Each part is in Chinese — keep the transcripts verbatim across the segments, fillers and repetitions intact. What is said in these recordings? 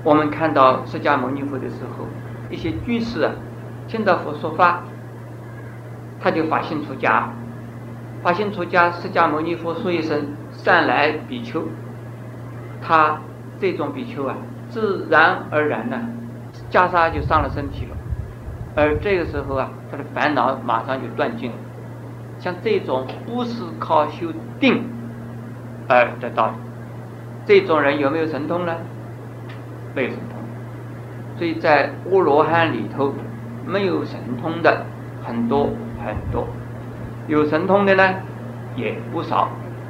我们看到释迦牟尼佛的时候，一些居士啊，听到佛说法，他就发心出家，发心出家，释迦牟尼佛说一声善来比丘，他这种比丘啊，自然而然呢、啊，袈裟就上了身体了，而这个时候啊，他的烦恼马上就断尽了。像这种不是靠修定而得到的，这种人有没有神通呢？没有神通。所以在阿罗汉里头，没有神通的很多很多，有神通的呢也不少。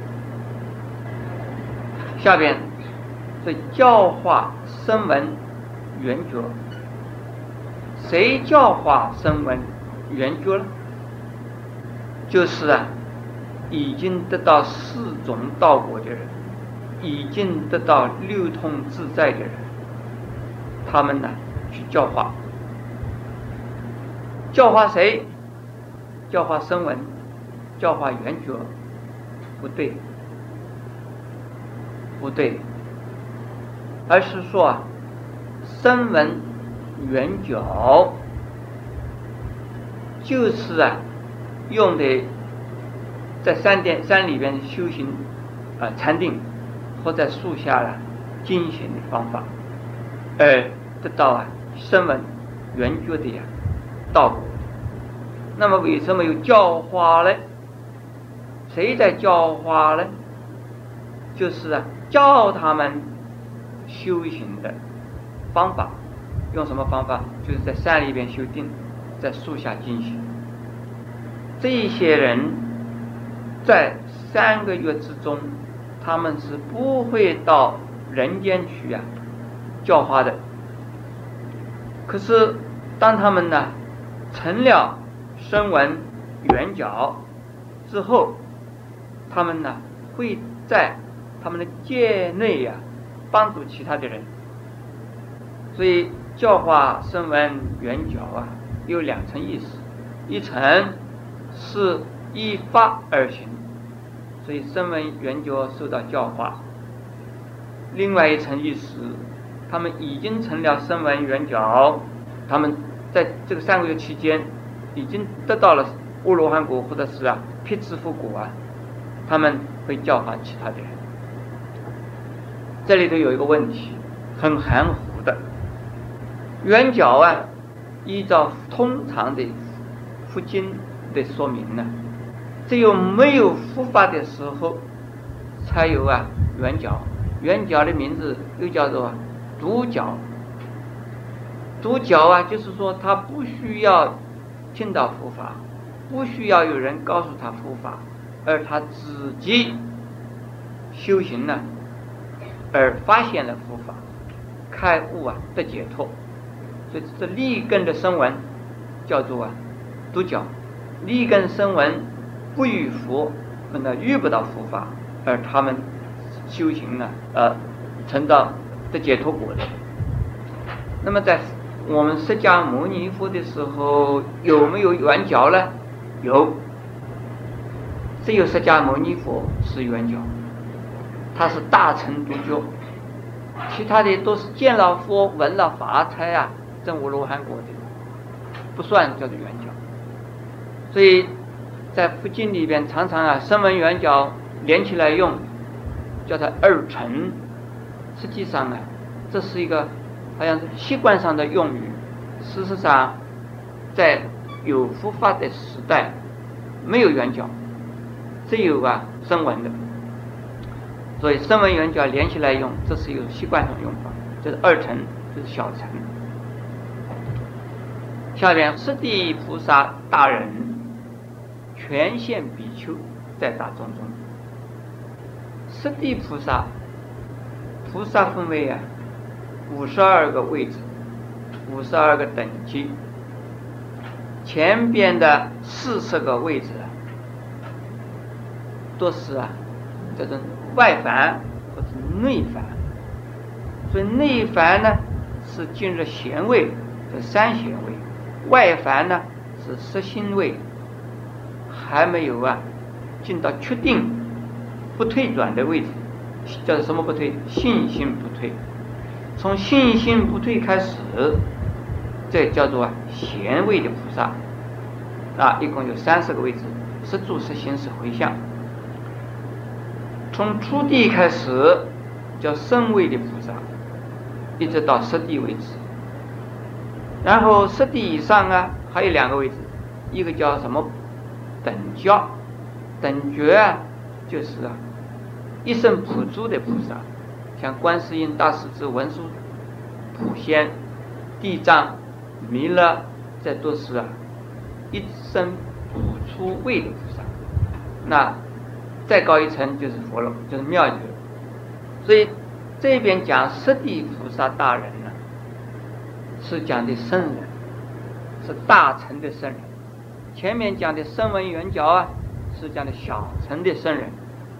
下边是教化声闻缘觉，谁教化声闻缘觉呢？就是啊，已经得到四种道果的人，已经得到六通自在的人，他们呢去教化。教化谁？教化声闻，教化缘觉，不对，不对，而是说啊，声闻缘觉就是啊。用的在山殿山里边修行啊、呃、禅定，或在树下了精行的方法，而得到啊声闻缘觉的呀道果。那么为什么有教化呢？谁在教化呢？就是啊教他们修行的方法。用什么方法？就是在山里边修定，在树下精行。这些人在三个月之中，他们是不会到人间去啊教化的。可是当他们呢成了声闻缘觉之后，他们呢会在他们的界内呀、啊、帮助其他的人。所以教化声闻缘觉啊有两层意思，一层是依法而行，所以声闻缘觉受到教化。另外一层意思，他们已经成了声闻缘觉，他们在这个三个月期间已经得到了阿罗汉果或者是啊辟支佛果啊，他们会教化其他的人。这里头有一个问题，很含糊的。缘觉啊，依照通常的佛经的说明呢，只有没有佛法的时候才有啊缘觉。缘觉的名字又叫做独觉。独觉啊，就是说他不需要听到佛法，不需要有人告诉他佛法，而他自己修行呢，而发现了佛法，开悟啊得解脱。所以这立根的声闻叫做啊独觉。立根声闻不与佛，那遇不到佛法，而他们修行呢，呃，成到得解脱果的。那么在我们释迦牟尼佛的时候，有没有缘觉呢？有，只有释迦牟尼佛是缘觉，他是大乘独觉，其他的都是见了佛、闻了法才啊证阿罗汉果的，不算叫做缘觉。所以在佛经里边常常啊声闻缘觉连起来用，叫它二乘。实际上啊，这是一个好像是习惯上的用语。事实上，在有佛法的时代，没有缘觉，只有啊声闻的。所以声闻缘觉连起来用，这是一个习惯上用法，这是二乘，这是小乘。下边释地菩萨大人全现比丘在大众中。释地菩萨，菩萨分为啊五十二个位置，五十二个等级。前边的四十个位置啊，都是啊这种外凡或者内凡。所以内凡呢是进入贤位，这三贤位；外凡呢是实心位，还没有啊进到确定不退转的位置。叫什么不退？信心不退。 从信心不退开始，这叫做贤位的菩萨啊，一共有三十个位置，是住是行是回向。从初地开始叫圣位的菩萨，一直到十地为止。然后十地以上啊，还有两个位置，一个叫什么等觉，等觉啊，就是啊一生普诸的菩萨，像观世音、大势至、文殊、普贤、地藏、弥勒，这都是啊一生普出位的菩萨。那再高一层就是佛了，就是妙觉。所以这边讲十地菩萨大人呢，是讲的圣人，是大乘的圣人；前面讲的声闻缘觉啊，是讲的小乘的圣人。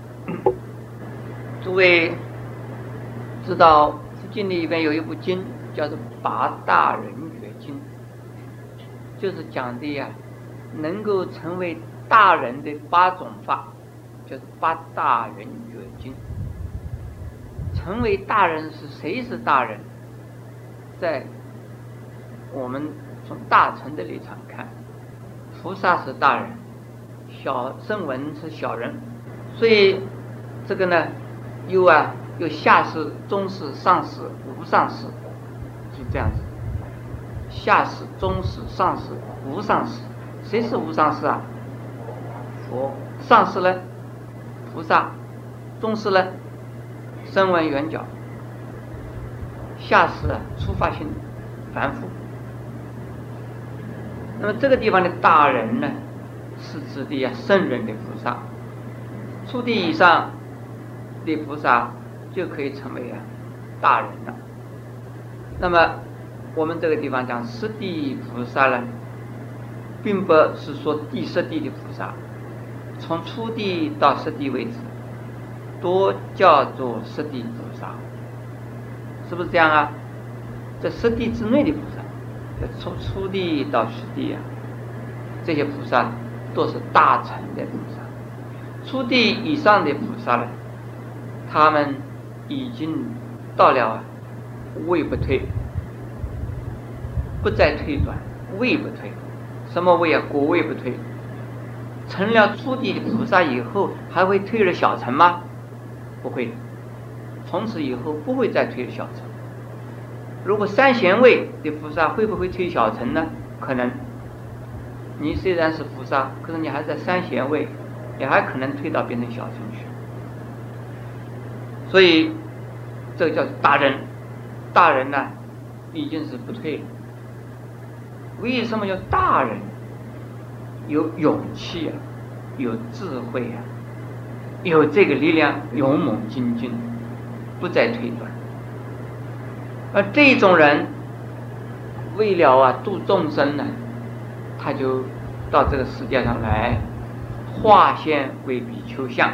诸位知道佛经里边有一部经叫做《八大人觉经》，就是讲的呀、啊，能够成为大人的八种法，就是八大人觉经。成为大人是谁是大人？在我们从大乘的立场看，菩萨是大人，小声闻是小人。所以这个呢，有啊有下士、中士、上士、无上士，是这样子。下士、中士、上士、无上士，谁是无上士啊？佛。上士呢？菩萨。中士呢？声闻缘觉。下士啊，初发性凡夫。那么这个地方的大人呢，是指的呀圣人的菩萨。初地以上的菩萨就可以成为啊大人了。那么我们这个地方讲十地菩萨呢，并不是说第十地的菩萨，从初地到十地为止，都叫做十地菩萨，是不是这样啊？这十地之内的菩萨，从初地到十地啊，这些菩萨都是大乘的菩萨。初地以上的菩萨呢，他们已经到了啊位不退，不再退转，位不退。什么位啊？果位不退。成了初地的菩萨以后，还会退了小乘吗？不会，从此以后不会再退小乘。如果三贤位的菩萨会不会退小乘呢？可能。你虽然是菩萨，可是你还在三贤位，也还可能退到变成小乘去。所以这个叫大人，大人呢已经是不退了。为什么叫大人？有勇气啊，有智慧啊，有这个力量，勇猛精进，不再退转。而这种人为了啊度众生呢，他就到这个世界上来化现为比丘相。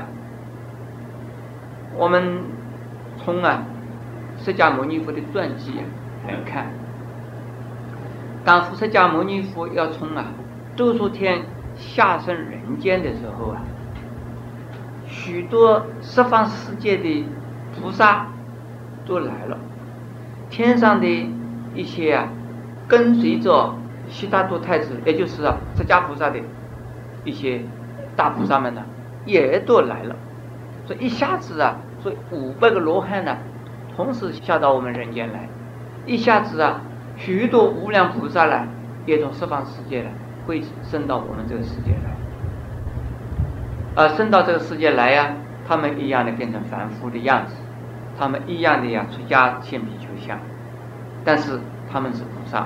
我们从啊释迦牟尼佛的传记啊来看，当释迦牟尼佛要从啊兜率天下生人间的时候啊，许多十方世界的菩萨都来了，天上的一些啊跟随着悉达多太子，也就是啊释迦菩萨的一些大菩萨们呢，也都来了。所以一下子啊，所以五百个罗汉呢，同时下到我们人间来。一下子啊，许多无量菩萨呢，也从十方世界呢，会升到我们这个世界来。而升到这个世界来呀、啊，他们一样的变成凡夫的样子，他们一样的呀出家现比丘相，但是他们是菩萨。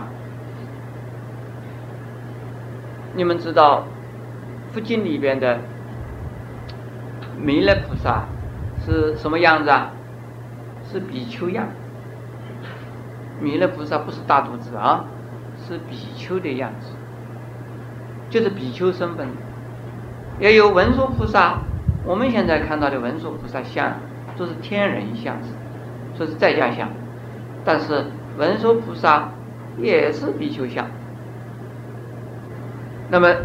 你们知道佛经里边的弥勒菩萨是什么样子啊？是比丘样。弥勒菩萨不是大肚子啊，是比丘的样子，就是比丘身份。也有文殊菩萨，我们现在看到的文殊菩萨像都是天人像，说是在家像，但是文殊菩萨也是比丘像。那么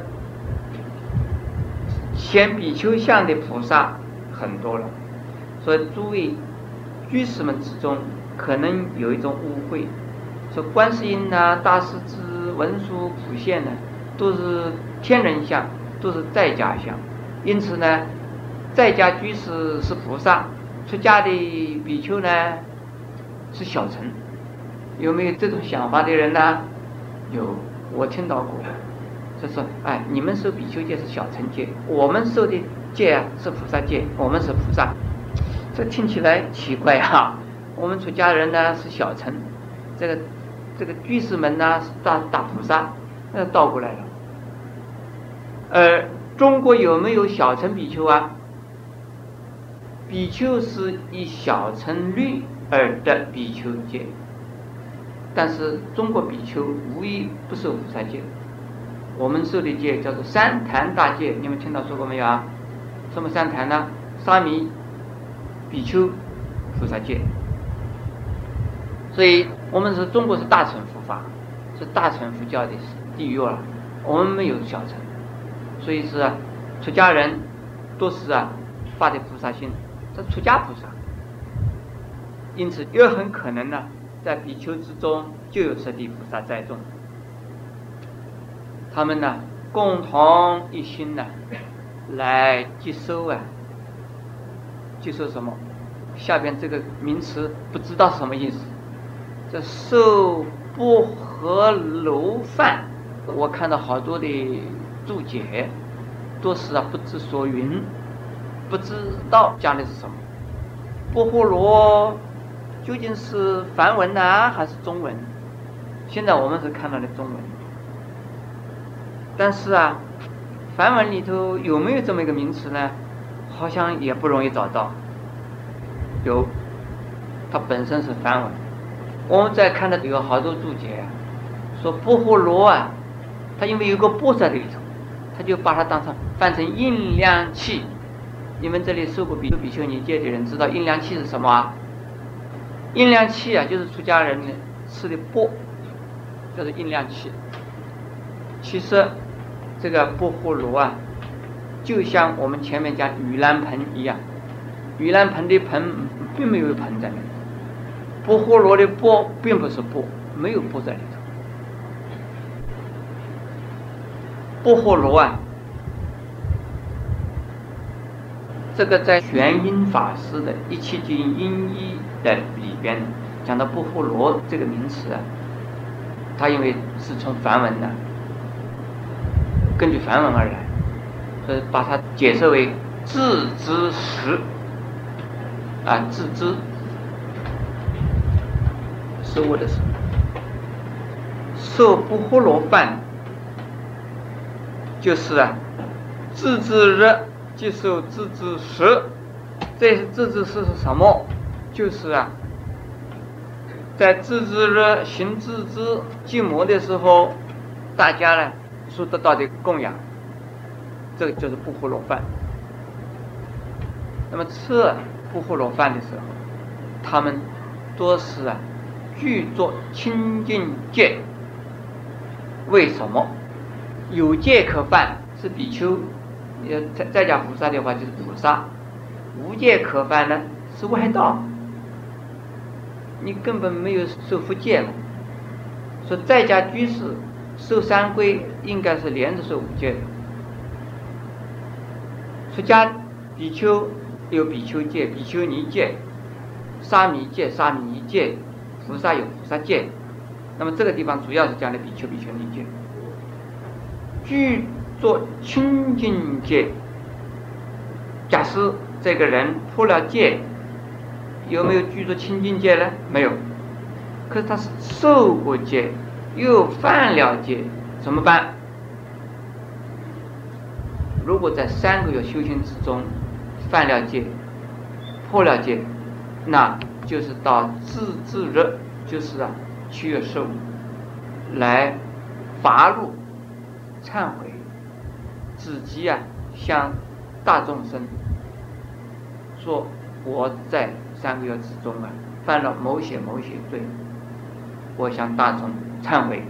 显比丘像的菩萨很多了，所以诸位居士们之中可能有一种误会，说观世音啊、大势至、文殊、普贤呢，都是天人相，都是在家相，因此呢，在家居士是菩萨，出家的比丘呢是小乘。有没有这种想法的人呢？有，我听到过。就说，哎，你们受比丘戒是小乘戒，我们受的戒啊是菩萨戒，我们是菩萨。这听起来奇怪哈、啊。我们出家人呢是小乘，这个这个居士们呢是大大菩萨，那倒过来了。呃，中国有没有小乘比丘啊？比丘是以小乘律而得比丘戒，但是中国比丘无一不受菩萨戒。我们受的戒叫做三坛大戒，你们听到说过没有啊？什么三坛呢？沙弥、比丘、菩萨戒。所以我们是中国是大乘佛法，是大乘佛教的地域了，我们没有小乘，所以是、啊、出家人都是啊发的菩萨心，这出家菩萨，因此也很可能呢，在比丘之中就有十地菩萨在众。他们呢共同一心呢来接收啊，接受什么？下边这个名词不知道什么意思。这受不合楼饭，我看到好多的注解，都是啊不知所云，不知道讲的是什么。波诃罗究竟是梵文啊还是中文？现在我们是看到的中文。但是啊，梵文里头有没有这么一个名词呢？好像也不容易找到。有，它本身是梵文。我们在看的有好多注解啊，说波诃罗啊，它因为有个波在里头，他就把它当成翻成阴凉气。你们这里受过比丘比丘尼戒的人知道阴凉气是什么啊？阴凉气啊，就是出家人吃的钵，叫做阴凉气。其实这个波诃罗啊，就像我们前面讲盂兰盆一样，盂兰盆的盆并没有盆在那里，波诃罗的钵并不是钵，没有钵在里头。波诃罗啊，这个在玄音法师的一切经音译的里边讲到波诃罗这个名词啊，它因为是从梵文呢，根据梵文而来，所以把它解释为自知识啊，自知食物的食，受波诃罗饭就是啊，自知日即受自知识。这自知识是什么？就是啊，在自知日行自知寂寞的时候，大家呢所得到的供养，这个就是波诃罗饭。那么吃波诃罗饭的时候，他们多是啊具作清净戒。为什么？有戒可犯是比丘，在在家菩萨的话就是菩萨；无戒可犯呢是外道，你根本没有受佛戒嘛。说在家居士受三皈应该是连着受五戒的。出家比丘有比丘戒、比丘尼戒、沙弥戒、沙弥尼戒，菩萨有菩萨戒。那么这个地方主要是讲的比丘、比丘尼戒。具作清净戒，假使这个人破了戒，有没有具作清净戒呢？没有。可是他是受过戒，又犯了戒，怎么办？如果在三个月修行之中犯了戒、破了戒，那就是到自治日，就是啊七月十五来发露忏悔，自己啊向大众生说，我在三个月之中啊犯了某些某些罪，我向大众忏悔，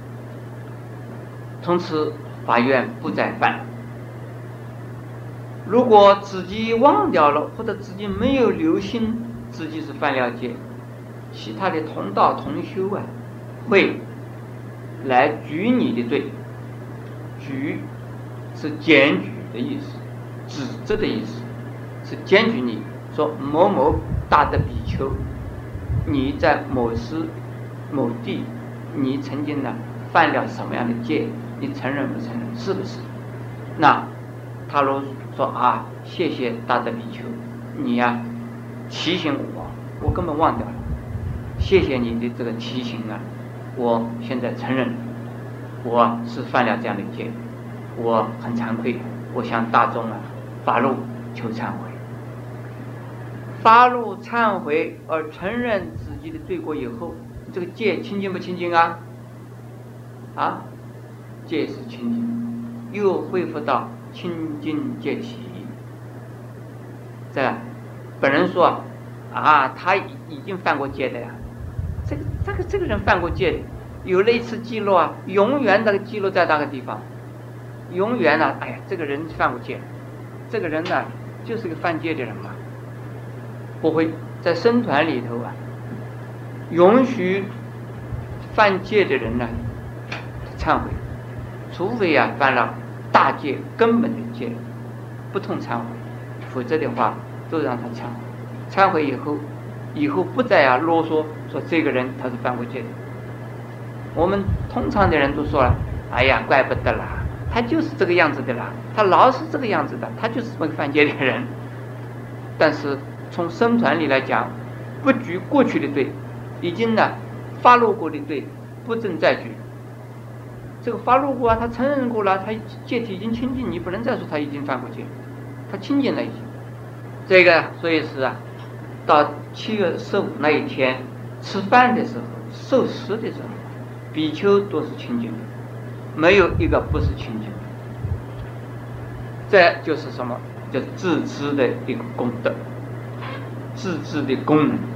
从此发愿不再犯。如果自己忘掉了，或者自己没有留心自己是犯了戒，其他的同道同修啊，会来举你的罪。举是检举的意思，指责的意思，是检举你说某某大德比丘，你在某时某地，你曾经呢犯了什么样的戒？你承认不承认？是不是？那他如说啊，谢谢大德比丘，你呀、啊、提醒我，我根本忘掉了，谢谢你的这个提醒啊，我现在承认我是犯了这样的戒，我很惭愧，我向大众啊发怒求忏悔。发怒忏悔而承认自己的罪过以后，这个戒清净不清净啊？啊，戒是清净，又恢复到清净戒体。这本人说啊，他已经犯过戒的呀，这个这个这个人犯过戒的，有了一次记录啊，永远那个记录在那个地方，永远呢、啊，哎呀，这个人犯过戒，这个人呢就是个犯戒的人嘛，不会在僧团里头啊，允许犯戒的人呢忏悔，除非啊犯了大戒根本的戒，不通忏悔，否则的话都让他忏悔。忏悔以后，以后不再啊啰嗦说这个人他是犯过戒的。我们通常的人都说了，哎呀，怪不得啦，他就是这个样子的啦，他老是这个样子的，他就是这么犯戒的人。但是从僧团里来讲，不举过去的罪，已经呢发露过的罪，不准再举。这个发露过啊，他承认过了，他戒体已经清净，你不能再说他已经犯过戒，他清净了已经。这个所以是啊，到七月十五那一天吃饭的时候，受食的时候，比丘都是清净的，没有一个不是清净的。这就是什么？就是自知的一个功德，自知的功能。